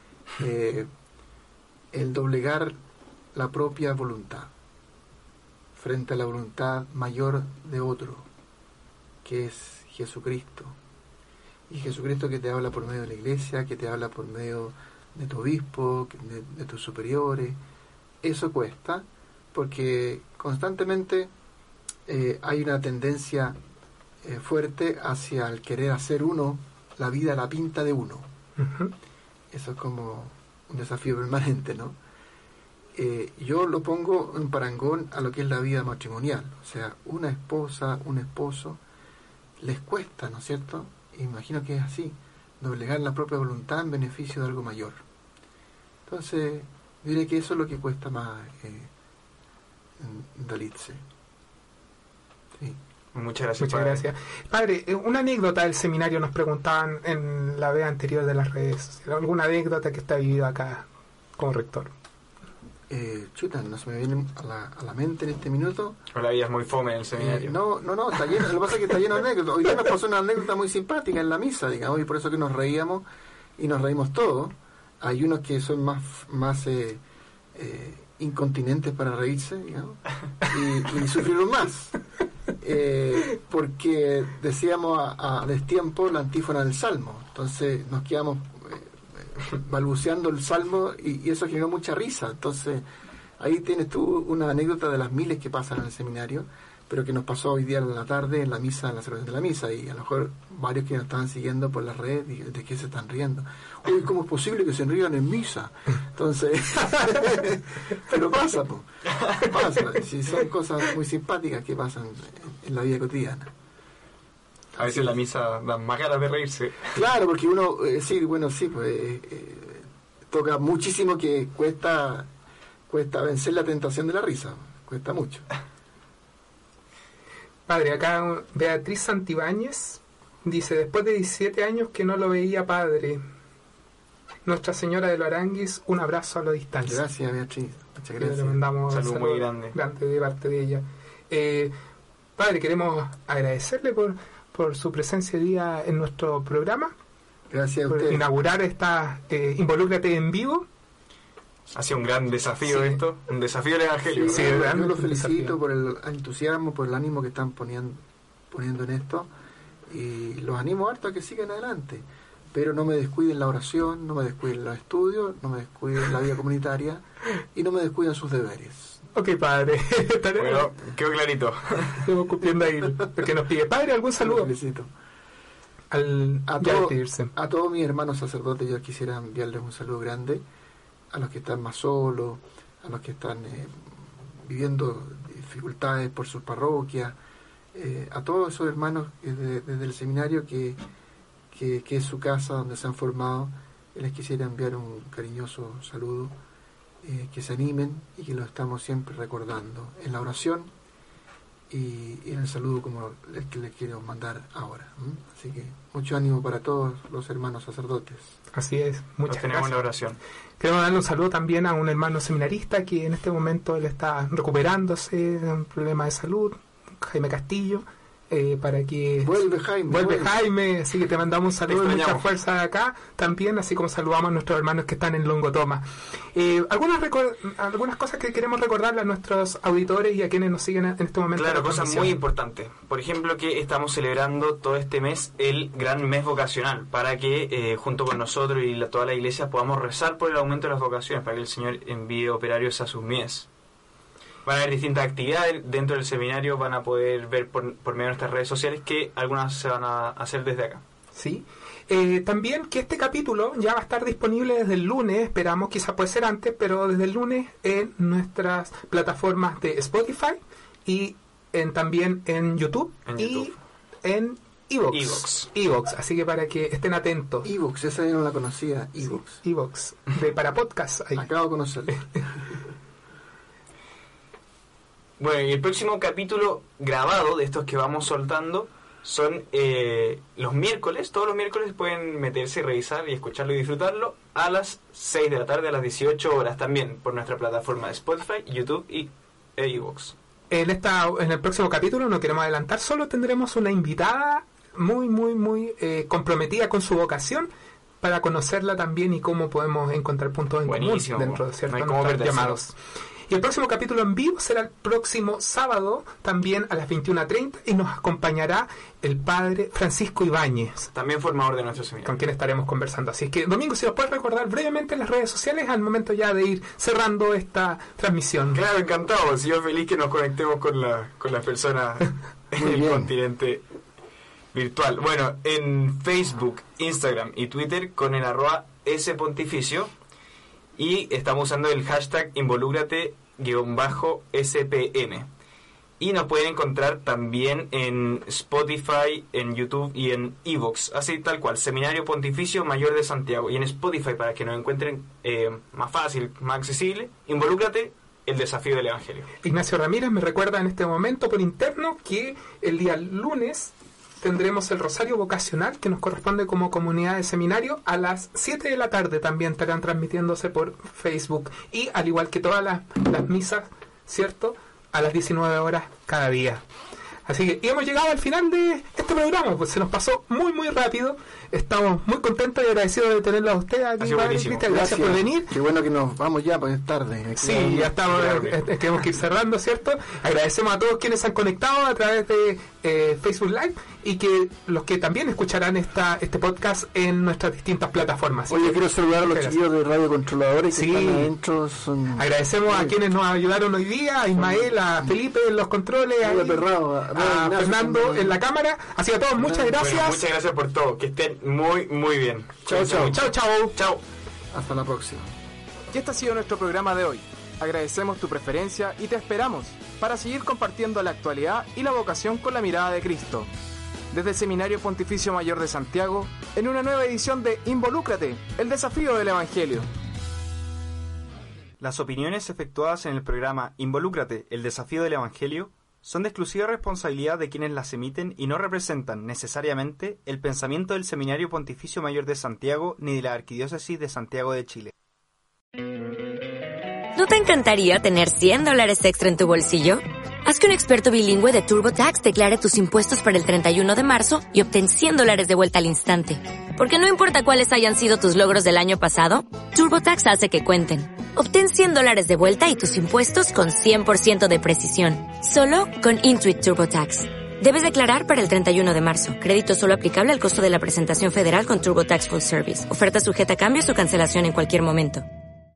el doblegar la propia voluntad frente a la voluntad mayor de otro, que es Jesucristo. Y Jesucristo que te habla por medio de la iglesia, que te habla por medio de tu obispo, de tus superiores. Eso cuesta, porque constantemente hay una tendencia fuerte hacia el querer hacer uno la vida a la pinta de uno. Uh-huh. Eso es como un desafío permanente, ¿no? Yo lo pongo en parangón a lo que es la vida matrimonial. O sea, una esposa, un esposo, les cuesta, ¿no es cierto? Imagino que es así, doblegar la propia voluntad en beneficio de algo mayor. Entonces, diré que eso es lo que cuesta más en Dalitze. Sí. Muchas gracias. Muchas gracias. Padre, una anécdota del seminario nos preguntaban en la vez anterior de las redes sociales. ¿Alguna anécdota que está vivida acá como rector? Chuta, no se me viene a la mente en este minuto. O la vida es muy fome en el seminario. No, está lleno. Lo que pasa es que está lleno de anécdotas. Hoy día nos pasó una anécdota muy simpática en la misa, digamos, y por eso que nos reíamos y nos reímos todos. Hay unos que son más incontinentes para reírse, digamos, y sufrieron más. Porque decíamos a destiempo la antífona del Salmo. Entonces nos quedamos balbuceando el Salmo y eso generó mucha risa. Entonces ahí tienes tú una anécdota de las miles que pasan en el seminario, pero que nos pasó hoy día en la tarde en la misa, en la celebración de la misa, y a lo mejor varios que nos estaban siguiendo por las redes, ¿de qué se están riendo? Uy, ¿cómo es posible que se rían en misa? Entonces pero pasa, si son cosas muy simpáticas que pasan en la vida cotidiana. A veces la misa da más ganas de reírse. Claro, porque uno, toca muchísimo, que cuesta vencer la tentación de la risa, cuesta mucho. Padre, acá Beatriz Santibáñez dice, después de 17 años que no lo veía, padre, Nuestra Señora de los Aranguis, un abrazo a la distancia. Gracias, Beatriz, muchas gracias. Le mandamos un saludo muy grande de parte de ella. Padre, queremos agradecerle por su presencia hoy día en nuestro programa. Gracias a por usted. Inaugurar esta Involúcrate en vivo. Ha sido un gran desafío esto, un desafío del Evangelio. Sí, yo los felicito por el entusiasmo, por el ánimo que están poniendo en esto, y los animo harto a que sigan adelante, pero no me descuiden la oración, no me descuiden los estudios, no me descuiden la vida comunitaria y no me descuiden sus deberes. Ok, padre. Bueno, quedó clarito. Estamos cumpliendo ahí lo que nos pide. Padre, ¿algún saludo? Los felicito. A todos mis hermanos sacerdotes yo quisiera enviarles un saludo grande, a los que están más solos, a los que están viviendo dificultades por sus parroquias, a todos esos hermanos desde el seminario que es su casa donde se han formado. Les quisiera enviar un cariñoso saludo, que se animen y que lo estamos siempre recordando en la oración y en el saludo como el que les quiero mandar ahora. Así que mucho ánimo para todos los hermanos sacerdotes. Así es, muchas gracias. En la oración. Queremos darle un saludo también a un hermano seminarista que en este momento él está recuperándose de un problema de salud, Jaime Castillo, para que... Vuelve Jaime, así que te mandamos un saludo y mucha fuerza acá también, así como saludamos a nuestros hermanos que están en Longotoma. Algunas cosas que queremos recordarle a nuestros auditores y a quienes nos siguen en este momento. Claro, cosas muy importantes. Por ejemplo, que estamos celebrando todo este mes el gran mes vocacional, para que junto con nosotros y toda la iglesia podamos rezar por el aumento de las vocaciones, para que el Señor envíe operarios a sus mies. Van a haber distintas actividades dentro del seminario, van a poder ver por medio de nuestras redes sociales, que algunas se van a hacer desde acá. Sí. También que este capítulo ya va a estar disponible desde el lunes, esperamos, quizás puede ser antes, pero desde el lunes en nuestras plataformas de Spotify y también en YouTube y en Evox. Así que para que estén atentos. Evox, esa yo no la conocía. Evox, para podcast. Ahí. Acabo de conocerla. Bueno, y el próximo capítulo grabado de estos que vamos soltando son los miércoles. Todos los miércoles pueden meterse, revisar y escucharlo y disfrutarlo a las 6 de la tarde, a las 18 horas también, por nuestra plataforma de Spotify, YouTube y Evox. En el próximo capítulo, no queremos adelantar, solo tendremos una invitada muy comprometida con su vocación para conocerla también y cómo podemos encontrar puntos en común dentro de ciertos llamados. Y el próximo capítulo en vivo será el próximo sábado, también a las 21:30, y nos acompañará el padre Francisco Ibáñez, también formador de nuestro seminario, con quien estaremos conversando. Así es que, Domingo, si nos puedes recordar brevemente en las redes sociales al momento ya de ir cerrando esta transmisión. Claro, encantado. Yo feliz que nos conectemos con las personas en el continente virtual. Bueno, en Facebook, Instagram y Twitter con el @SPontificio. Y estamos usando el hashtag involúcrate_SPM. Y nos pueden encontrar también en Spotify, en YouTube y en Evox. Así tal cual, Seminario Pontificio Mayor de Santiago. Y en Spotify, para que nos encuentren más fácil, más accesible, Involúcrate, el desafío del Evangelio. Ignacio Ramírez me recuerda en este momento por interno que el día lunes tendremos el Rosario Vocacional, que nos corresponde como comunidad de seminario. A las 7 de la tarde también estarán transmitiéndose por Facebook. Y al igual que todas las misas, ¿cierto?, a las 19 horas cada día. Así que y hemos llegado al final de este programa, pues se nos pasó muy rápido. Estamos muy contentos y agradecidos de tenerlo a usted aquí, padre Cristian. Gracias por venir. Qué bueno que nos vamos ya, porque es tarde. Sí, ya estamos, tenemos que ir cerrando, ¿cierto? Agradecemos a todos quienes se han conectado a través de Facebook Live y que los que también escucharán este podcast en nuestras distintas plataformas. Oye, quiero saludar a los chiquillos de Radio Controladores que están adentro. Agradecemos a quienes nos ayudaron hoy día, a Ismael, a Felipe en los controles, a Fernando en la cámara. Así que a todos, muchas gracias. Bueno, muchas gracias por todo. Que estén muy bien. Chao. Chao. Hasta la próxima. Y este ha sido nuestro programa de hoy. Agradecemos tu preferencia y te esperamos para seguir compartiendo la actualidad y la vocación con la mirada de Cristo. Desde el Seminario Pontificio Mayor de Santiago, en una nueva edición de Involúcrate, el desafío del Evangelio. Las opiniones efectuadas en el programa Involúcrate, el desafío del Evangelio, son de exclusiva responsabilidad de quienes las emiten y no representan necesariamente el pensamiento del Seminario Pontificio Mayor de Santiago ni de la Arquidiócesis de Santiago de Chile. ¿No te encantaría tener $100 extra en tu bolsillo? Haz que un experto bilingüe de TurboTax declare tus impuestos para el 31 de marzo y obtén $100 de vuelta al instante. Porque no importa cuáles hayan sido tus logros del año pasado, TurboTax hace que cuenten. Obtén $100 de vuelta y tus impuestos con 100% de precisión. Solo con Intuit TurboTax. Debes declarar para el 31 de marzo. Crédito solo aplicable al costo de la presentación federal con TurboTax Full Service. Oferta sujeta a cambios o cancelación en cualquier momento.